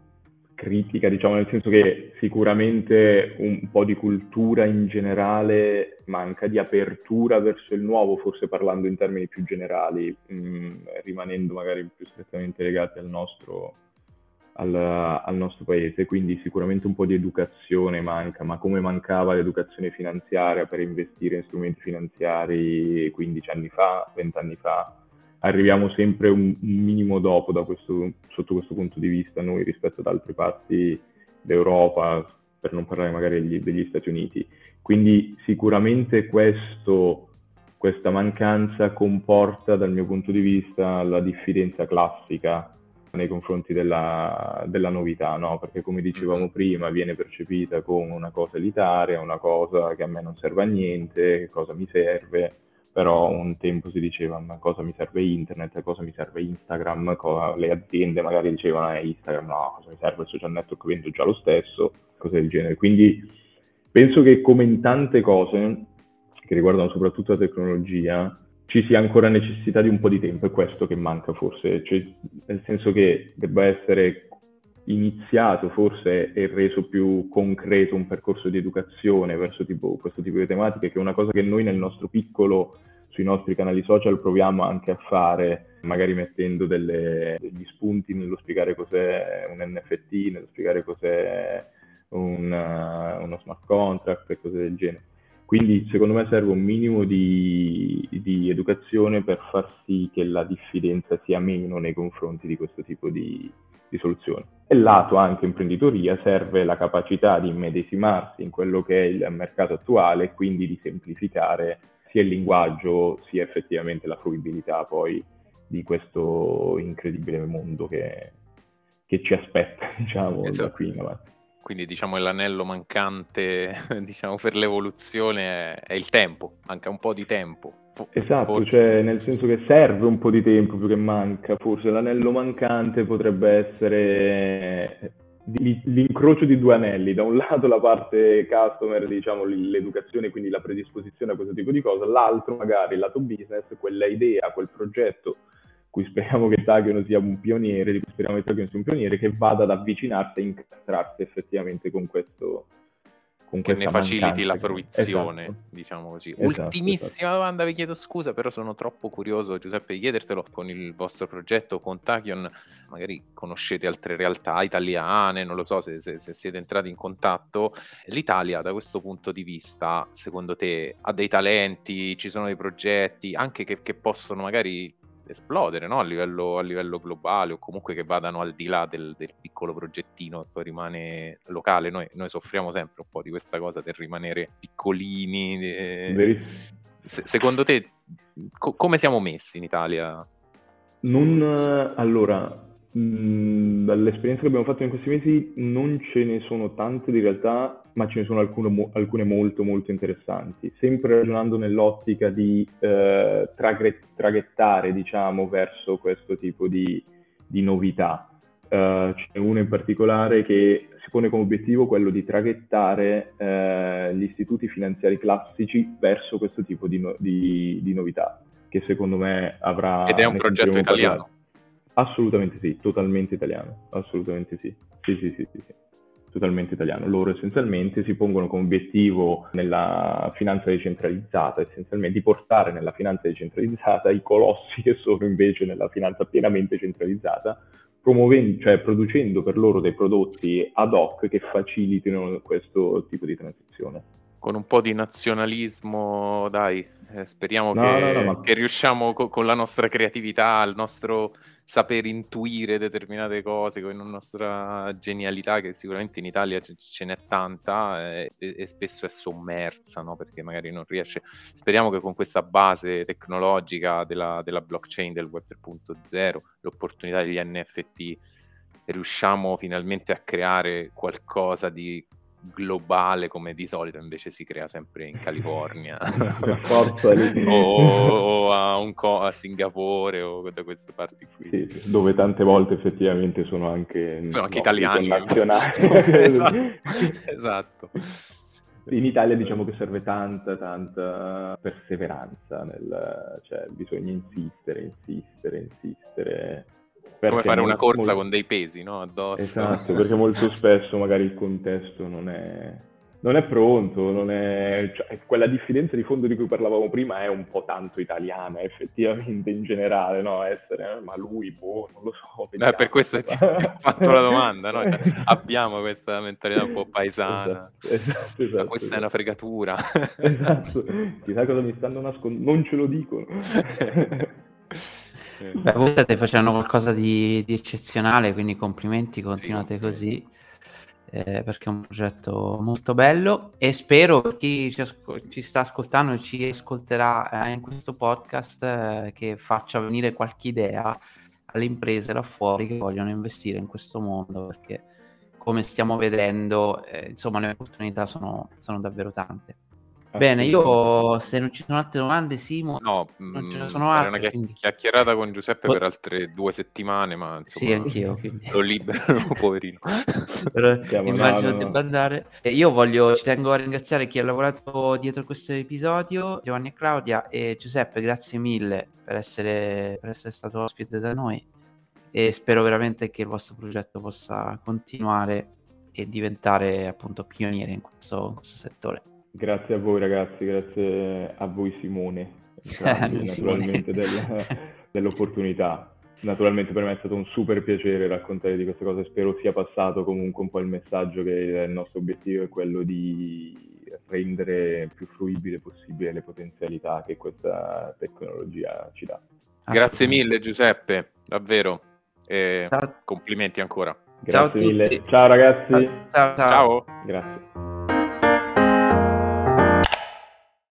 critica, diciamo, nel senso che sicuramente un po' di cultura in generale manca, di apertura verso il nuovo, forse parlando in termini più generali, mh, rimanendo magari più strettamente legati al nostro, al, al nostro paese, quindi sicuramente un po' di educazione manca, ma come mancava l'educazione finanziaria per investire in strumenti finanziari quindici anni fa, venti anni fa, arriviamo sempre un, un minimo dopo da questo, sotto questo punto di vista noi rispetto ad altre parti d'Europa, per non parlare magari degli, degli Stati Uniti. Quindi sicuramente questo, questa mancanza comporta dal mio punto di vista la diffidenza classica nei confronti della, della novità, no? Perché come dicevamo Mm-hmm. prima viene percepita come una cosa elitaria, una cosa che a me non serve a niente, che cosa mi serve, però un tempo si diceva ma cosa mi serve internet, cosa mi serve Instagram, cosa... le aziende magari dicevano eh, Instagram no, cosa mi serve il social network, vendo già lo stesso, cose del genere. Quindi penso che come in tante cose che riguardano soprattutto la tecnologia, ci sia ancora necessità di un po' di tempo, è questo che manca forse, cioè, nel senso che debba essere iniziato forse e reso più concreto un percorso di educazione verso tipo, questo tipo di tematiche, che è una cosa che noi nel nostro piccolo, sui nostri canali social proviamo anche a fare, magari mettendo delle, degli spunti nello spiegare cos'è un N F T, nello spiegare cos'è un, uh, uno smart contract e cose del genere. Quindi secondo me serve un minimo di, di educazione per far sì che la diffidenza sia meno nei confronti di questo tipo di, di soluzioni. E lato anche imprenditoria serve la capacità di immedesimarsi in quello che è il mercato attuale e quindi di semplificare sia il linguaggio sia effettivamente la fruibilità poi di questo incredibile mondo che, che ci aspetta, diciamo, Esatto. da qui in avanti. Quindi diciamo l'anello mancante diciamo, per l'evoluzione è, è il tempo, manca un po' di tempo. F- Esatto, forse. cioè nel senso che serve un po' di tempo più che manca, forse l'anello mancante potrebbe essere l'incrocio di due anelli, da un lato la parte customer, diciamo l'educazione, quindi la predisposizione a questo tipo di cosa, l'altro magari il lato business, quella idea, quel progetto cui speriamo che Tachyon sia un pioniere, di cui speriamo che Tachyon sia un pioniere, che vada ad avvicinarsi e incastrarsi effettivamente con questo, con che ne questa faciliti la mancanza. fruizione, Esatto. diciamo così. Esatto, Ultimissima esatto. domanda, vi chiedo scusa, però sono troppo curioso, Giuseppe, di chiedertelo. Con il vostro progetto, con Tachyon, magari conoscete altre realtà italiane, non lo so se, se, se siete entrati in contatto. L'Italia, da questo punto di vista, secondo te, ha dei talenti, ci sono dei progetti, anche che, che possono magari esplodere, no? a, livello, a livello globale o comunque che vadano al di là del, del piccolo progettino che poi rimane locale. Noi, noi soffriamo sempre un po' di questa cosa del rimanere piccolini. Eh. Se, secondo te co- come siamo messi in Italia? Non, allora, Mm, dall'esperienza che abbiamo fatto in questi mesi non ce ne sono tante di realtà, ma ce ne sono alcune, mo- alcune molto molto interessanti, sempre ragionando nell'ottica di eh, traghe- traghettare, diciamo, verso questo tipo di, di novità. Eh, c'è una in particolare che si pone come obiettivo quello di traghettare eh, gli istituti finanziari classici verso questo tipo di, no- di- di novità, che secondo me avrà... Ed è un ne progetto sentiremo parlare. italiano. Assolutamente sì, totalmente italiano, assolutamente sì. Sì, sì, sì, sì, sì. Totalmente italiano. Loro essenzialmente si pongono come obiettivo nella finanza decentralizzata, essenzialmente di portare nella finanza decentralizzata i colossi che sono invece nella finanza pienamente centralizzata, promuovendo, cioè producendo per loro dei prodotti ad hoc che facilitino questo tipo di transizione. Con un po' di nazionalismo, dai, eh, speriamo No, che, no, no, ma- che riusciamo co- con la nostra creatività, il nostro saper intuire determinate cose, con la nostra genialità, che sicuramente in Italia ce, ce n'è tanta eh, e, e spesso è sommersa, no? Perché magari non riesce. Speriamo che con questa base tecnologica della, della blockchain, del web tre punto zero, l'opportunità degli N F T, riusciamo finalmente a creare qualcosa di globale, come di solito invece si crea sempre in California Per forza lì. o, o a, Hong Kong, a Singapore o da queste parti qui. Sì, sì, dove tante volte effettivamente sono anche, Sono anche nostri italiani. connazionali. esatto. esatto. In Italia diciamo che serve tanta, tanta perseveranza, nel, cioè bisogna insistere, insistere, insistere. Come fare una molto, corsa molto... con dei pesi, no? Addosso. Esatto, perché molto spesso magari il contesto non è, non è pronto, non è... Cioè, quella diffidenza di fondo di cui parlavamo prima è un po' tanto italiana, effettivamente, in generale, no? Essere, eh, ma lui, boh, non lo so. Eh, per questo ti ho fatto la domanda, no? Cioè, abbiamo questa mentalità un po' paesana. Esatto, esatto, esatto, Ma questa esatto. è una fregatura. Esatto, chissà cosa mi stanno nascondendo, non ce lo dicono. Beh, voi state facendo qualcosa di, di eccezionale, quindi complimenti, continuate Sì. così, eh, perché è un progetto molto bello e spero per chi ci, ascol- ci sta ascoltando e ci ascolterà eh, in questo podcast eh, che faccia venire qualche idea alle imprese là fuori che vogliono investire in questo mondo, perché come stiamo vedendo, eh, insomma, le opportunità sono, sono davvero tante. Bene, io se non ci sono altre domande, Simo, No, non ce ne mh, sono farei una altre, chia- quindi... chiacchierata con Giuseppe Po- per altre due settimane, ma Sì, insomma anch'io, quindi... lo liberano, poverino. Però Siamo- immagino no, no, no. debba andare. E io voglio, ci tengo a ringraziare chi ha lavorato dietro questo episodio, Giovanni e Claudia, e Giuseppe, grazie mille per essere, per essere stato ospite da noi e spero veramente che il vostro progetto possa continuare e diventare appunto pioniere in questo, in questo settore. Grazie a voi ragazzi, grazie a voi Simone, entrambi, Noi, naturalmente del- dell'opportunità. Naturalmente per me è stato un super piacere raccontare di queste cose, spero sia passato comunque un po' il messaggio che il nostro obiettivo è quello di rendere più fruibile possibile le potenzialità che questa tecnologia ci dà. Grazie mille Giuseppe, davvero. E Ciao. complimenti ancora. Grazie Ciao a mille, tutti. ciao ragazzi. Ciao, ciao. Ciao. Grazie.